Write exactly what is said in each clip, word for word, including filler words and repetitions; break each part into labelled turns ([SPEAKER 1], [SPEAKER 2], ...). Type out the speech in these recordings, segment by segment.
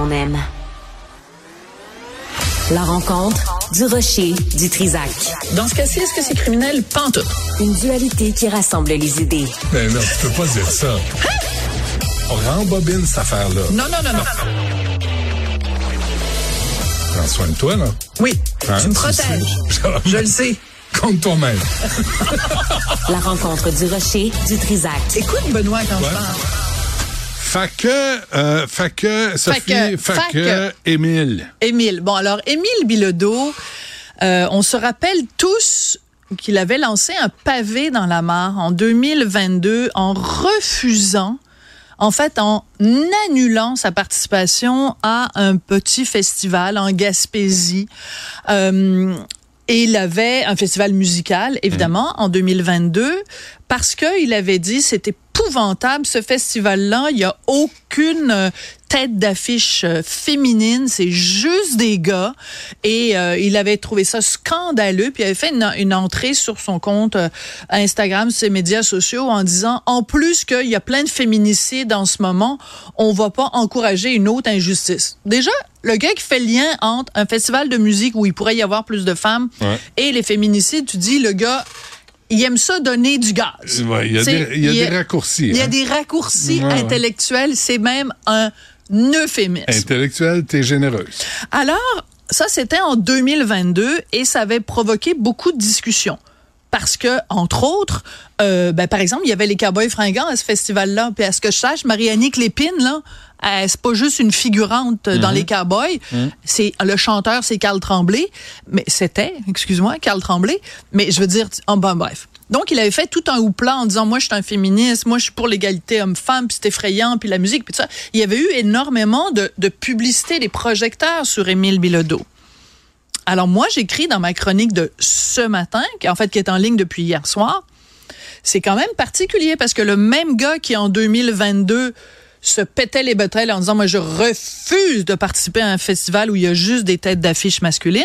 [SPEAKER 1] l'on aime. La rencontre du rocher du Trisac.
[SPEAKER 2] Dans ce cas-ci, est-ce que c'est criminel? Pantoute.
[SPEAKER 1] Une dualité qui rassemble les idées.
[SPEAKER 3] Mais non, tu peux pas dire ça. Hein? On rembobine cette affaire-là.
[SPEAKER 2] Non, non, non, non.
[SPEAKER 3] Prends soin de toi, là.
[SPEAKER 2] Oui,
[SPEAKER 3] hein?
[SPEAKER 2] Tu me protèges. Je, Je le sais.
[SPEAKER 3] Compte toi-même.
[SPEAKER 1] La rencontre du rocher du Trisac.
[SPEAKER 2] Écoute, Benoît, quand ouais. je parle.
[SPEAKER 3] Fait que, euh, fait que, Sophie, fait que, fait que, Émile.
[SPEAKER 2] Émile. Bon, alors, Émile Bilodeau, euh, on se rappelle tous qu'il avait lancé un pavé dans la mare en deux mille vingt-deux en refusant, en fait, en annulant sa participation à un petit festival en Gaspésie. Euh, Et il avait un festival musical, évidemment, mmh. en deux mille vingt-deux, parce qu'il avait dit c'était épouvantable, ce festival-là, il n'y a aucune tête d'affiche féminine, c'est juste des gars. Et euh, il avait trouvé ça scandaleux, puis il avait fait une, une entrée sur son compte euh, Instagram, ses médias sociaux, en disant, en plus qu'il y a plein de féminicides en ce moment, on va pas encourager une autre injustice. Déjà, le gars qui fait le lien entre un festival de musique où il pourrait y avoir plus de femmes ouais. et les féminicides, tu dis, le gars, il aime ça donner du gaz.
[SPEAKER 3] Ouais, il y a, des, il y a il y a, des raccourcis. Il
[SPEAKER 2] y a
[SPEAKER 3] hein?
[SPEAKER 2] des raccourcis
[SPEAKER 3] ouais,
[SPEAKER 2] intellectuels, ouais. C'est même un euphémisme.
[SPEAKER 3] Intellectuel, t'es généreuse.
[SPEAKER 2] Alors, ça, c'était en deux mille vingt-deux et ça avait provoqué beaucoup de discussions. Parce que, entre autres, euh, ben, par exemple, il y avait les Cowboys fringants à ce festival-là. Puis à ce que je sache, Marie-Annick Lépine, là, elle, c'est pas juste une figurante mm-hmm. dans les Cowboys. Mm-hmm. C'est, le chanteur, c'est Carl Tremblay. Mais c'était, excuse-moi, Carl Tremblay. Mais je veux dire, oh, ben, bref. Donc, il avait fait tout un houpla en disant, moi, je suis un féministe, moi, je suis pour l'égalité homme-femme, puis c'est effrayant, puis la musique, puis tout ça. Il y avait eu énormément de, de publicité, des projecteurs sur Émile Bilodeau. Alors moi, j'écris dans ma chronique de ce matin, qui en fait qui est en ligne depuis hier soir, c'est quand même particulier parce que le même gars qui en deux mille vingt-deux se pétait les bretelles en disant moi je refuse de participer à un festival où il y a juste des têtes d'affiches masculines,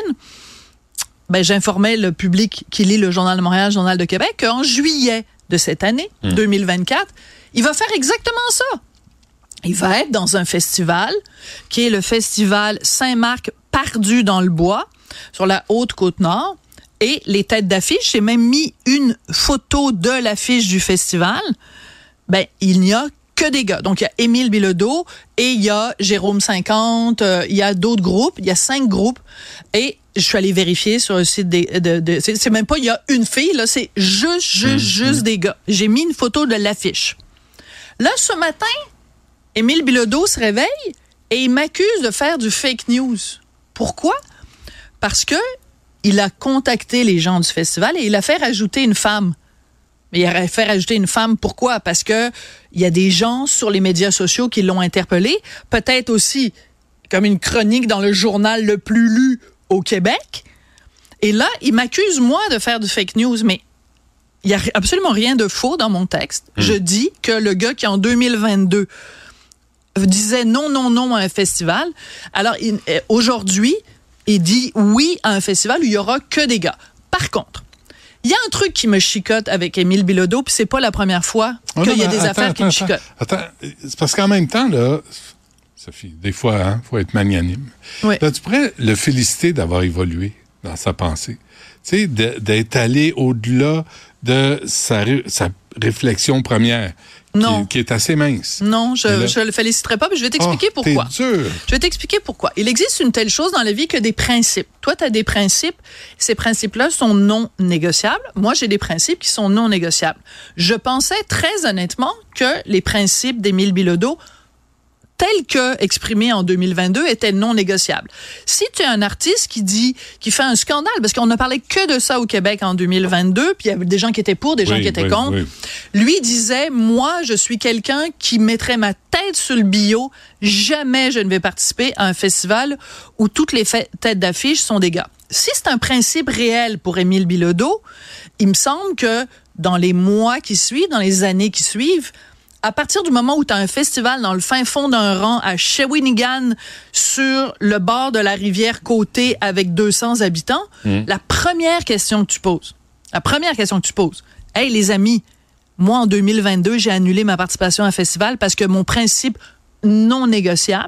[SPEAKER 2] ben j'informais le public qui lit le Journal de Montréal, le Journal de Québec, qu'en juillet de cette année, mmh. deux mille vingt-quatre, il va faire exactement ça. Il va être dans un festival qui est le festival Saint-Marc Pardu dans le bois, sur la Haute-Côte-Nord. Et les têtes d'affiche, j'ai même mis une photo de l'affiche du festival. Ben, il n'y a que des gars. Donc, il y a Émile Bilodeau et il y a Jérôme cinquante, euh, il y a d'autres groupes, il y a cinq groupes. Et je suis allée vérifier sur le site des... De, de, c'est, c'est même pas, il y a une fille, là, c'est juste, juste, mmh, juste mmh. des gars. J'ai mis une photo de l'affiche. Là, ce matin, Émile Bilodeau se réveille et il m'accuse de faire du fake news. Pourquoi? Parce que il a contacté les gens du festival et il a fait rajouter une femme. Mais il a fait rajouter une femme, pourquoi? Parce que il y a des gens sur les médias sociaux qui l'ont interpellé. Peut-être aussi comme une chronique dans le journal le plus lu au Québec. Et là, il m'accuse, moi, de faire du fake news. Mais il n'y a absolument rien de faux dans mon texte. Mmh. Je dis que le gars qui, en deux mille vingt-deux, disait non, non, non à un festival, alors il, aujourd'hui, il dit oui à un festival où il y aura que des gars. Par contre, il y a un truc qui me chicote avec Émile Bilodeau, puis c'est pas la première fois oh qu'il non, y a des
[SPEAKER 3] attends,
[SPEAKER 2] affaires
[SPEAKER 3] attends,
[SPEAKER 2] qui me
[SPEAKER 3] attends,
[SPEAKER 2] chicotent.
[SPEAKER 3] Attends, c'est parce qu'en même temps, là, Sophie, des fois, il hein, faut être magnanime. Oui. Là, tu pourrais le féliciter d'avoir évolué dans sa pensée. Tu sais, de, d'être allé au-delà de sa, sa réflexion première.
[SPEAKER 2] Non.
[SPEAKER 3] Qui, qui est assez mince.
[SPEAKER 2] Non, je ne le féliciterai pas, mais je vais t'expliquer
[SPEAKER 3] oh,
[SPEAKER 2] pourquoi.
[SPEAKER 3] T'es dur.
[SPEAKER 2] Je vais t'expliquer pourquoi. Il existe une telle chose dans la vie que des principes. Toi, tu as des principes. Ces principes-là sont non négociables. Moi, j'ai des principes qui sont non négociables. Je pensais très honnêtement que les principes d'Émile Bilodeau, tels que exprimés en deux mille vingt-deux, étaient non négociables. Si tu es un artiste qui dit, qui fait un scandale, parce qu'on ne parlait que de ça au Québec en deux mille vingt-deux, puis il y avait des gens qui étaient pour, des oui, gens qui étaient oui, contre. Oui. Lui disait, moi, je suis quelqu'un qui mettrait ma tête sur le bio. Jamais je ne vais participer à un festival où toutes les fa- têtes d'affiche sont des gars. Si c'est un principe réel pour Émile Bilodeau, il me semble que dans les mois qui suivent, dans les années qui suivent, à partir du moment où tu as un festival dans le fin fond d'un rang à Shawinigan, sur le bord de la rivière Côté avec deux cents habitants, mmh. la première question que tu poses, la première question que tu poses, « Hey les amis, moi en deux mille vingt-deux, j'ai annulé ma participation à un festival parce que mon principe non négociable,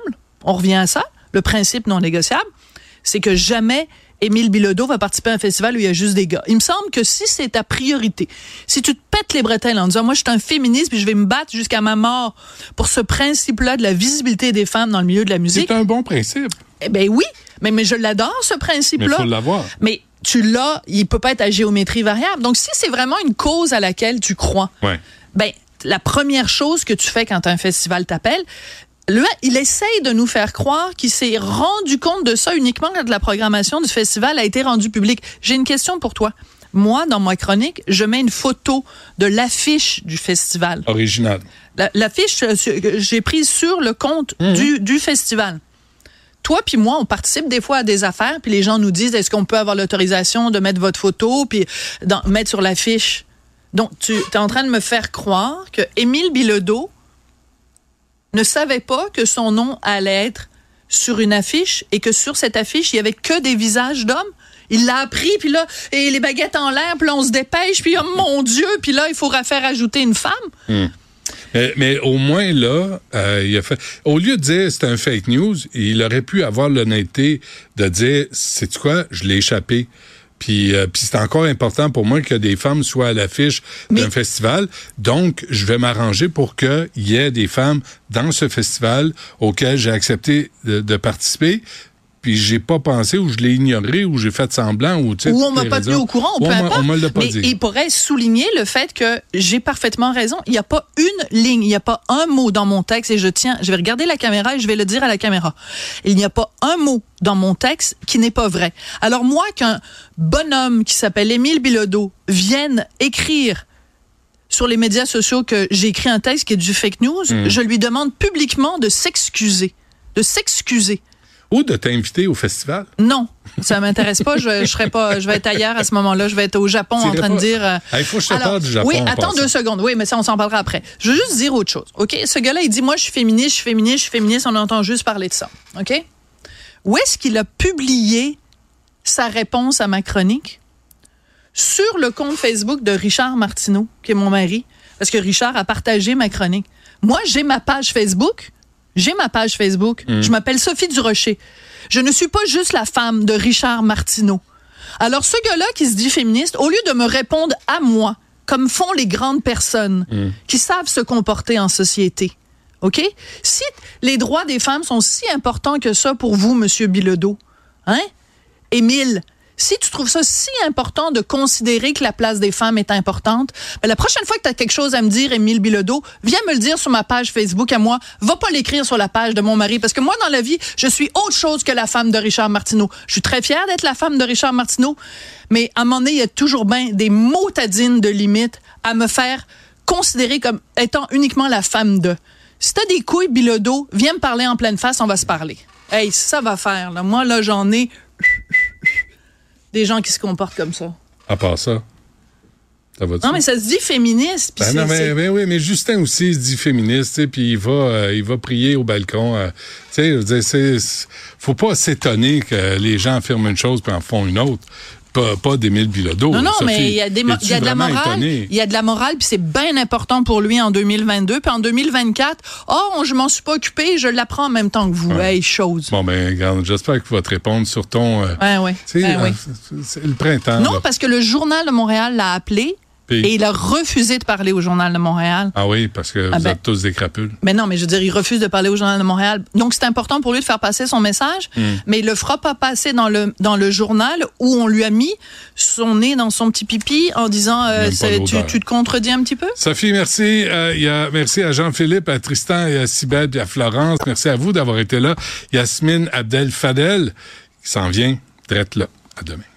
[SPEAKER 2] on revient à ça, le principe non négociable, c'est que jamais Émile Bilodeau va participer à un festival où il y a juste des gars. Il me semble que si c'est ta priorité, si tu te pètes les bretelles en disant « Moi, je suis un féministe puis je vais me battre jusqu'à ma mort pour ce principe-là de la visibilité des femmes dans le milieu de la musique. »
[SPEAKER 3] C'est un bon principe.
[SPEAKER 2] Eh bien oui, mais, mais je l'adore, ce principe-là.
[SPEAKER 3] Mais il faut l'avoir.
[SPEAKER 2] Mais tu l'as, il peut pas être à géométrie variable. Donc, si c'est vraiment une cause à laquelle tu crois,
[SPEAKER 3] ouais.
[SPEAKER 2] ben la première chose que tu fais quand un festival t'appelle, Là, il essaye de nous faire croire qu'il s'est rendu compte de ça uniquement quand la programmation du festival a été rendue publique. J'ai une question pour toi. Moi, dans ma chronique, je mets une photo de l'affiche du festival.
[SPEAKER 3] Original.
[SPEAKER 2] La, l'affiche que j'ai prise sur le compte mmh. du, du festival. Toi puis moi, on participe des fois à des affaires, puis les gens nous disent, est-ce qu'on peut avoir l'autorisation de mettre votre photo, puis dans, mettre sur l'affiche. Donc, tu es en train de me faire croire que Émile Bilodeau ne savait pas que son nom allait être sur une affiche et que sur cette affiche, il y avait que des visages d'hommes. Il l'a appris, puis là, et les baguettes en l'air, puis là, on se dépêche, puis oh mon Dieu, puis là, il faudra faire ajouter une femme.
[SPEAKER 3] Mmh. Mais, mais au moins, là, euh, il a fait... Au lieu de dire c'est un fake news, il aurait pu avoir l'honnêteté de dire, sais-tu quoi, je l'ai échappé. Puis, euh, puis c'est encore important pour moi que des femmes soient à l'affiche Mais... d'un festival. Donc, je vais m'arranger pour qu'il y ait des femmes dans ce festival auquel j'ai accepté de, de participer. Puis j'ai pas pensé, ou je l'ai ignoré, ou j'ai fait semblant, ou tu sais.
[SPEAKER 2] Ou on m'a pas tenu au courant, ou peu importe.
[SPEAKER 3] On me l'a pas
[SPEAKER 2] Mais
[SPEAKER 3] dit.
[SPEAKER 2] il pourrait souligner le fait que j'ai parfaitement raison. Il n'y a pas une ligne, il n'y a pas un mot dans mon texte, et je tiens, je vais regarder la caméra et je vais le dire à la caméra. Il n'y a pas un mot dans mon texte qui n'est pas vrai. Alors moi, qu'un bonhomme qui s'appelle Émile Bilodeau vienne écrire sur les médias sociaux que j'ai écrit un texte qui est du fake news, mmh. je lui demande publiquement de s'excuser. De s'excuser.
[SPEAKER 3] Ou de t'inviter au festival?
[SPEAKER 2] Non, ça m'intéresse pas. Je, je serai pas. Je vais être ailleurs à ce moment-là. Je vais être au Japon en train pas. de dire. Euh...
[SPEAKER 3] Il faut que je te parle du Japon.
[SPEAKER 2] Oui, attends deux secondes. Oui, mais ça, on s'en parlera après. Je veux juste dire autre chose. Ok, ce gars-là, il dit moi, je suis féministe, je suis féministe, je suis féministe. On entend juste parler de ça. Ok. Où est-ce qu'il a publié sa réponse à ma chronique? Sur le compte Facebook de Richard Martineau, qui est mon mari, parce que Richard a partagé ma chronique. Moi, j'ai ma page Facebook. J'ai ma page Facebook. Mmh. Je m'appelle Sophie Durocher. Je ne suis pas juste la femme de Richard Martineau. Alors, ce gars-là qui se dit féministe, au lieu de me répondre à moi, comme font les grandes personnes mmh. qui savent se comporter en société, OK? Si les droits des femmes sont si importants que ça pour vous, Monsieur Bilodeau, hein? Émile, si tu trouves ça si important de considérer que la place des femmes est importante, ben la prochaine fois que tu as quelque chose à me dire, Émile Bilodeau, viens me le dire sur ma page Facebook à moi. Va pas l'écrire sur la page de mon mari, parce que moi, dans la vie, je suis autre chose que la femme de Richard Martineau. Je suis très fière d'être la femme de Richard Martineau, mais à un moment donné, il y a toujours bien des motadines de limite à me faire considérer comme étant uniquement la femme de. Si t'as des couilles, Bilodeau, viens me parler en pleine face, on va se parler. Hey, ça va faire, là. Moi, là, j'en ai... des gens qui se comportent comme ça.
[SPEAKER 3] À part ça, ça va-tu?
[SPEAKER 2] Non, mais ça se dit féministe.
[SPEAKER 3] Ben non, mais, mais oui, mais Justin aussi il se dit féministe, puis il va, euh, il va prier au balcon. Euh, tu sais, je veux dire, c'est, c'est, faut pas s'étonner que les gens affirment une chose puis en font une autre. Pas, pas d'Émile Bilodeau.
[SPEAKER 2] Non, non,
[SPEAKER 3] Sophie,
[SPEAKER 2] mais il y a, des, il y a de la morale. Il y a de la morale, puis c'est bien important pour lui en deux mille vingt-deux. Puis en deux mille vingt-quatre, oh, je m'en suis pas occupé, je l'apprends en même temps que vous. Ouais. Hey, chose.
[SPEAKER 3] Bon, ben, regarde, j'espère qu'il va te répondre sur ton... Euh,
[SPEAKER 2] ouais, ouais.
[SPEAKER 3] Tu sais,
[SPEAKER 2] ben,
[SPEAKER 3] euh,
[SPEAKER 2] oui.
[SPEAKER 3] c'est, c'est le printemps.
[SPEAKER 2] Non,
[SPEAKER 3] là.
[SPEAKER 2] Parce que le Journal de Montréal l'a appelé. Et il a refusé de parler au Journal de Montréal.
[SPEAKER 3] Ah oui, parce que vous ah ben, êtes tous des crapules.
[SPEAKER 2] Mais non, mais je veux dire, il refuse de parler au Journal de Montréal. Donc, c'est important pour lui de faire passer son message, mm. mais il le fera pas passer dans le, dans le journal où on lui a mis son nez dans son petit pipi en disant euh, c'est, tu, tu te contredis un petit peu?
[SPEAKER 3] Sophie, merci. Euh, y a, merci à Jean-Philippe, à Tristan et à Cybèle et à Florence. Merci à vous d'avoir été là. Yasmine Abdel-Fadel qui s'en vient, drette là. À demain.